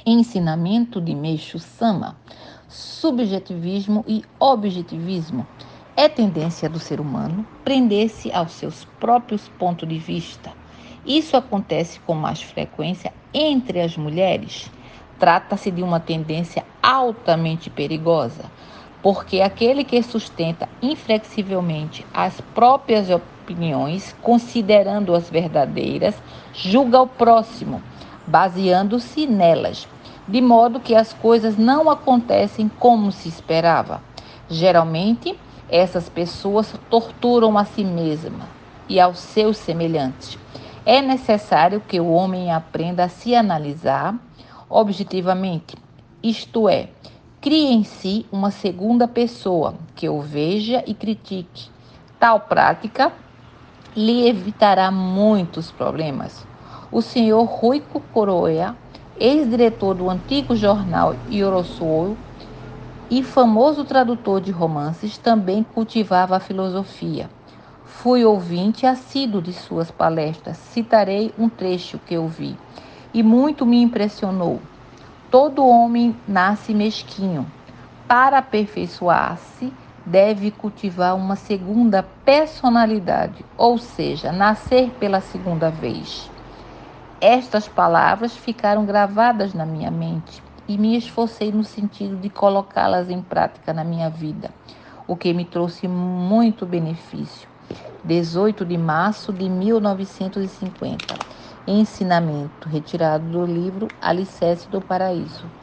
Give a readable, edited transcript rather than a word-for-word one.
Ensinamento de Meixo Sama: subjetivismo e objetivismo. É tendência do ser humano prender-se aos seus próprios pontos de vista. Isso acontece com mais frequência entre as mulheres. Trata-se de uma tendência altamente perigosa, porque aquele que sustenta inflexivelmente as próprias opiniões, considerando-as verdadeiras, julga o próximo, baseando-se nelas, de modo que as coisas não acontecem como se esperava. Geralmente, essas pessoas torturam a si mesmas e aos seus semelhantes. É necessário que o homem aprenda a se analisar objetivamente, isto é, crie em si uma segunda pessoa que o veja e critique. Tal prática lhe evitará muitos problemas. O senhor Ruico Coroa, ex-diretor do antigo jornal Iorosuo e famoso tradutor de romances, também cultivava a filosofia. Fui ouvinte assíduo de suas palestras. Citarei um trecho que eu vi e muito me impressionou. Todo homem nasce mesquinho. Para aperfeiçoar-se, deve cultivar uma segunda personalidade, ou seja, nascer pela segunda vez. Estas palavras ficaram gravadas na minha mente e me esforcei no sentido de colocá-las em prática na minha vida, o que me trouxe muito benefício. 18 de março de 1950. Ensinamento retirado do livro Alicerce do Paraíso.